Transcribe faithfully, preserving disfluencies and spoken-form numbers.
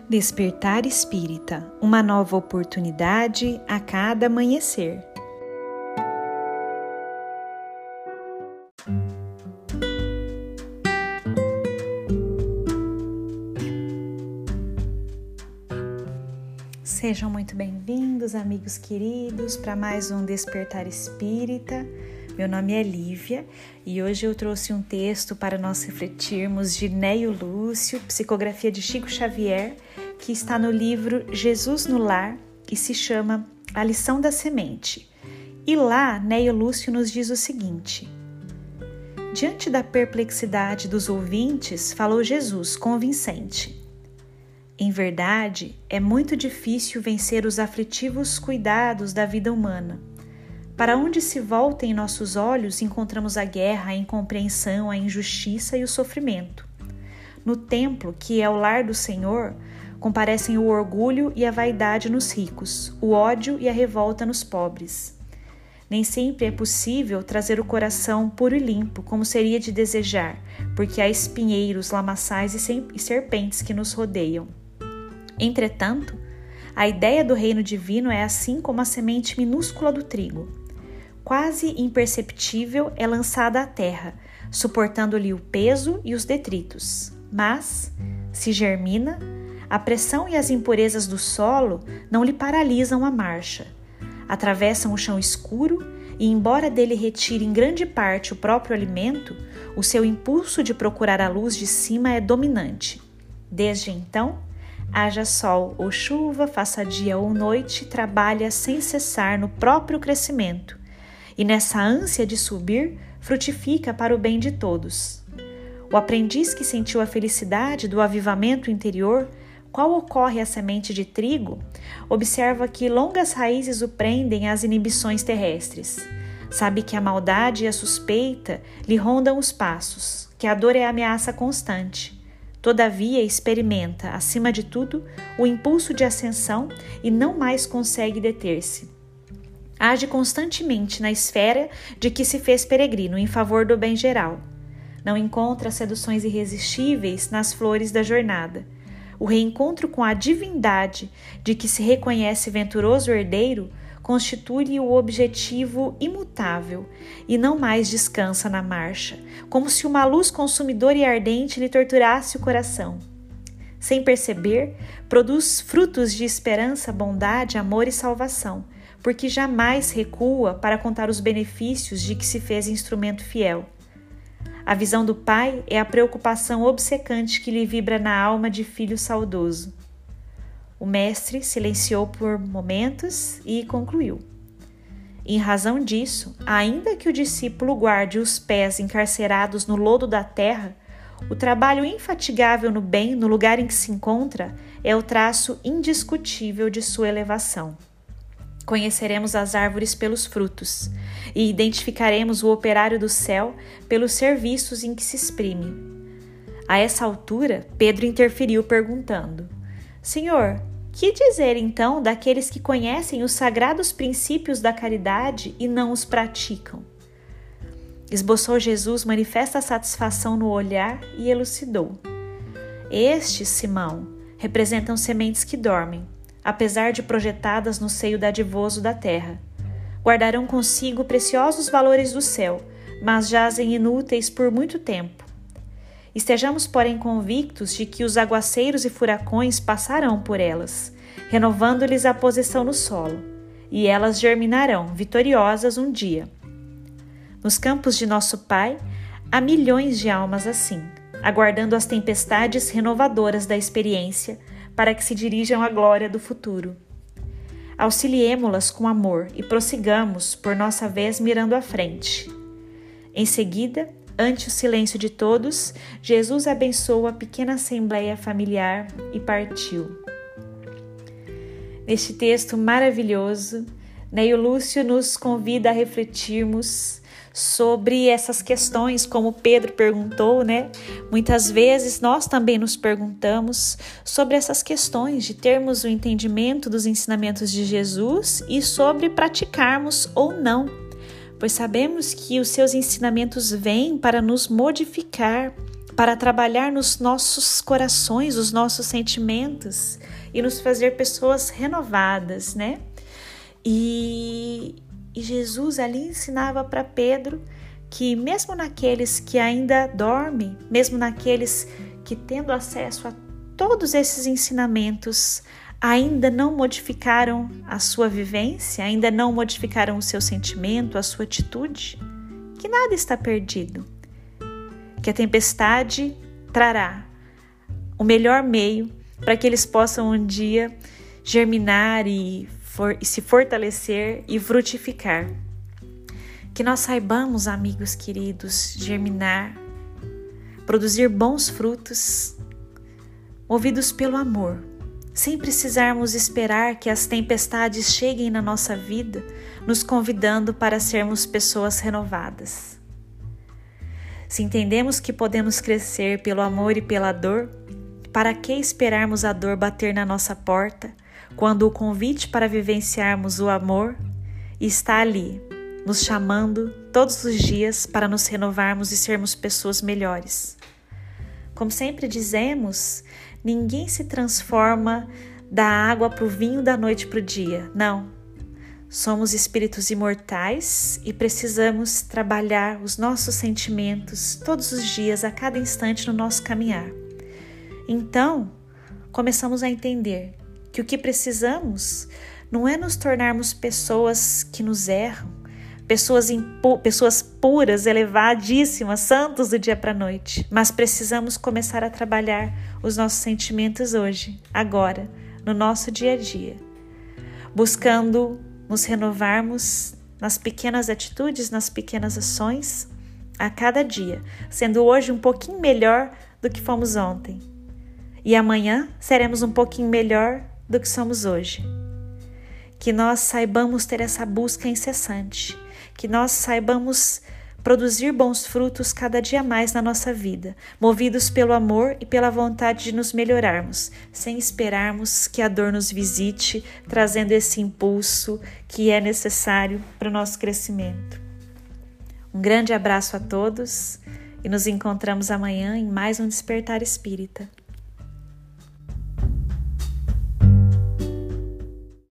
Despertar Espírita, uma nova oportunidade a cada amanhecer. Sejam muito bem-vindos, amigos queridos, para mais um Despertar Espírita. Meu nome é Lívia e hoje eu trouxe um texto para nós refletirmos de Neio Lúcio, psicografia de Chico Xavier, que está no livro Jesus no Lar e se chama A Lição da Semente. E lá, Neio Lúcio nos diz o seguinte: diante da perplexidade dos ouvintes, falou Jesus convincente. Em verdade, é muito difícil vencer os aflitivos cuidados da vida humana. Para onde se voltem nossos olhos, encontramos a guerra, a incompreensão, a injustiça e o sofrimento. No templo, que é o lar do Senhor, comparecem o orgulho e a vaidade nos ricos, o ódio e a revolta nos pobres. Nem sempre é possível trazer o coração puro e limpo, como seria de desejar, porque há espinheiros, lamaçais e serpentes que nos rodeiam. Entretanto, a ideia do reino divino é assim como a semente minúscula do trigo. Quase imperceptível é lançada à terra, suportando-lhe o peso e os detritos. Mas, se germina, a pressão e as impurezas do solo não lhe paralisam a marcha. Atravessam o chão escuro e, embora dele retire em grande parte o próprio alimento, o seu impulso de procurar a luz de cima é dominante. Desde então, haja sol ou chuva, faça dia ou noite, trabalha sem cessar no próprio crescimento. E nessa ânsia de subir, frutifica para o bem de todos. O aprendiz que sentiu a felicidade do avivamento interior, qual ocorre à semente de trigo, observa que longas raízes o prendem às inibições terrestres. Sabe que a maldade e a suspeita lhe rondam os passos, que a dor é a ameaça constante. Todavia experimenta, acima de tudo, o impulso de ascensão e não mais consegue deter-se. Age constantemente na esfera de que se fez peregrino em favor do bem geral. Não encontra seduções irresistíveis nas flores da jornada. O reencontro com a divindade de que se reconhece venturoso herdeiro constitui-lhe o objetivo imutável e não mais descansa na marcha, como se uma luz consumidora e ardente lhe torturasse o coração. Sem perceber, produz frutos de esperança, bondade, amor e salvação, porque jamais recua para contar os benefícios de que se fez instrumento fiel. A visão do Pai é a preocupação obcecante que lhe vibra na alma de filho saudoso. O mestre silenciou por momentos e concluiu. Em razão disso, ainda que o discípulo guarde os pés encarcerados no lodo da terra, o trabalho infatigável no bem, no lugar em que se encontra, é o traço indiscutível de sua elevação. Conheceremos as árvores pelos frutos e identificaremos o operário do céu pelos serviços em que se exprime. A essa altura, Pedro interferiu perguntando: Senhor, que dizer então daqueles que conhecem os sagrados princípios da caridade e não os praticam? Esboçou Jesus manifesta satisfação no olhar e elucidou. Estes, Simão, representam sementes que dormem, apesar de projetadas no seio dadivoso da terra. Guardarão consigo preciosos valores do céu, mas jazem inúteis por muito tempo. Estejamos, porém, convictos de que os aguaceiros e furacões passarão por elas, renovando-lhes a posição no solo, e elas germinarão, vitoriosas um dia. Nos campos de nosso Pai, há milhões de almas assim, aguardando as tempestades renovadoras da experiência, para que se dirijam à glória do futuro. Auxiliemo-las com amor e prossigamos, por nossa vez, mirando à frente. Em seguida, ante o silêncio de todos, Jesus abençoou a pequena assembleia familiar e partiu. Neste texto maravilhoso, Neio Lúcio nos convida a refletirmos sobre essas questões, como Pedro perguntou, né? Muitas vezes nós também nos perguntamos sobre essas questões de termos o entendimento dos ensinamentos de Jesus e sobre praticarmos ou não, pois sabemos que os seus ensinamentos vêm para nos modificar, para trabalhar nos nossos corações, os nossos sentimentos e nos fazer pessoas renovadas, né? E, e Jesus ali ensinava para Pedro que mesmo naqueles que ainda dormem, mesmo naqueles que tendo acesso a todos esses ensinamentos, ainda não modificaram a sua vivência, ainda não modificaram o seu sentimento, a sua atitude, que nada está perdido, que a tempestade trará o melhor meio para que eles possam um dia germinar e, for, e se fortalecer e frutificar. Que nós saibamos, amigos queridos, germinar, produzir bons frutos, movidos pelo amor, sem precisarmos esperar que as tempestades cheguem na nossa vida, nos convidando para sermos pessoas renovadas. Se entendemos que podemos crescer pelo amor e pela dor, para que esperarmos a dor bater na nossa porta, quando o convite para vivenciarmos o amor está ali, nos chamando todos os dias para nos renovarmos e sermos pessoas melhores? Como sempre dizemos, ninguém se transforma da água para o vinho, da noite para o dia. Não. Somos espíritos imortais e precisamos trabalhar os nossos sentimentos todos os dias, a cada instante no nosso caminhar. Então, começamos a entender que o que precisamos não é nos tornarmos pessoas que nos erram, pessoas, impu- pessoas puras, elevadíssimas, santos do dia para a noite, mas precisamos começar a trabalhar os nossos sentimentos hoje, agora, no nosso dia a dia, buscando nos renovarmos nas pequenas atitudes, nas pequenas ações, a cada dia, sendo hoje um pouquinho melhor do que fomos ontem. E amanhã seremos um pouquinho melhor do que somos hoje. Que nós saibamos ter essa busca incessante, que nós saibamos produzir bons frutos cada dia mais na nossa vida, movidos pelo amor e pela vontade de nos melhorarmos, sem esperarmos que a dor nos visite, trazendo esse impulso que é necessário para o nosso crescimento. Um grande abraço a todos e nos encontramos amanhã em mais um Despertar Espírita.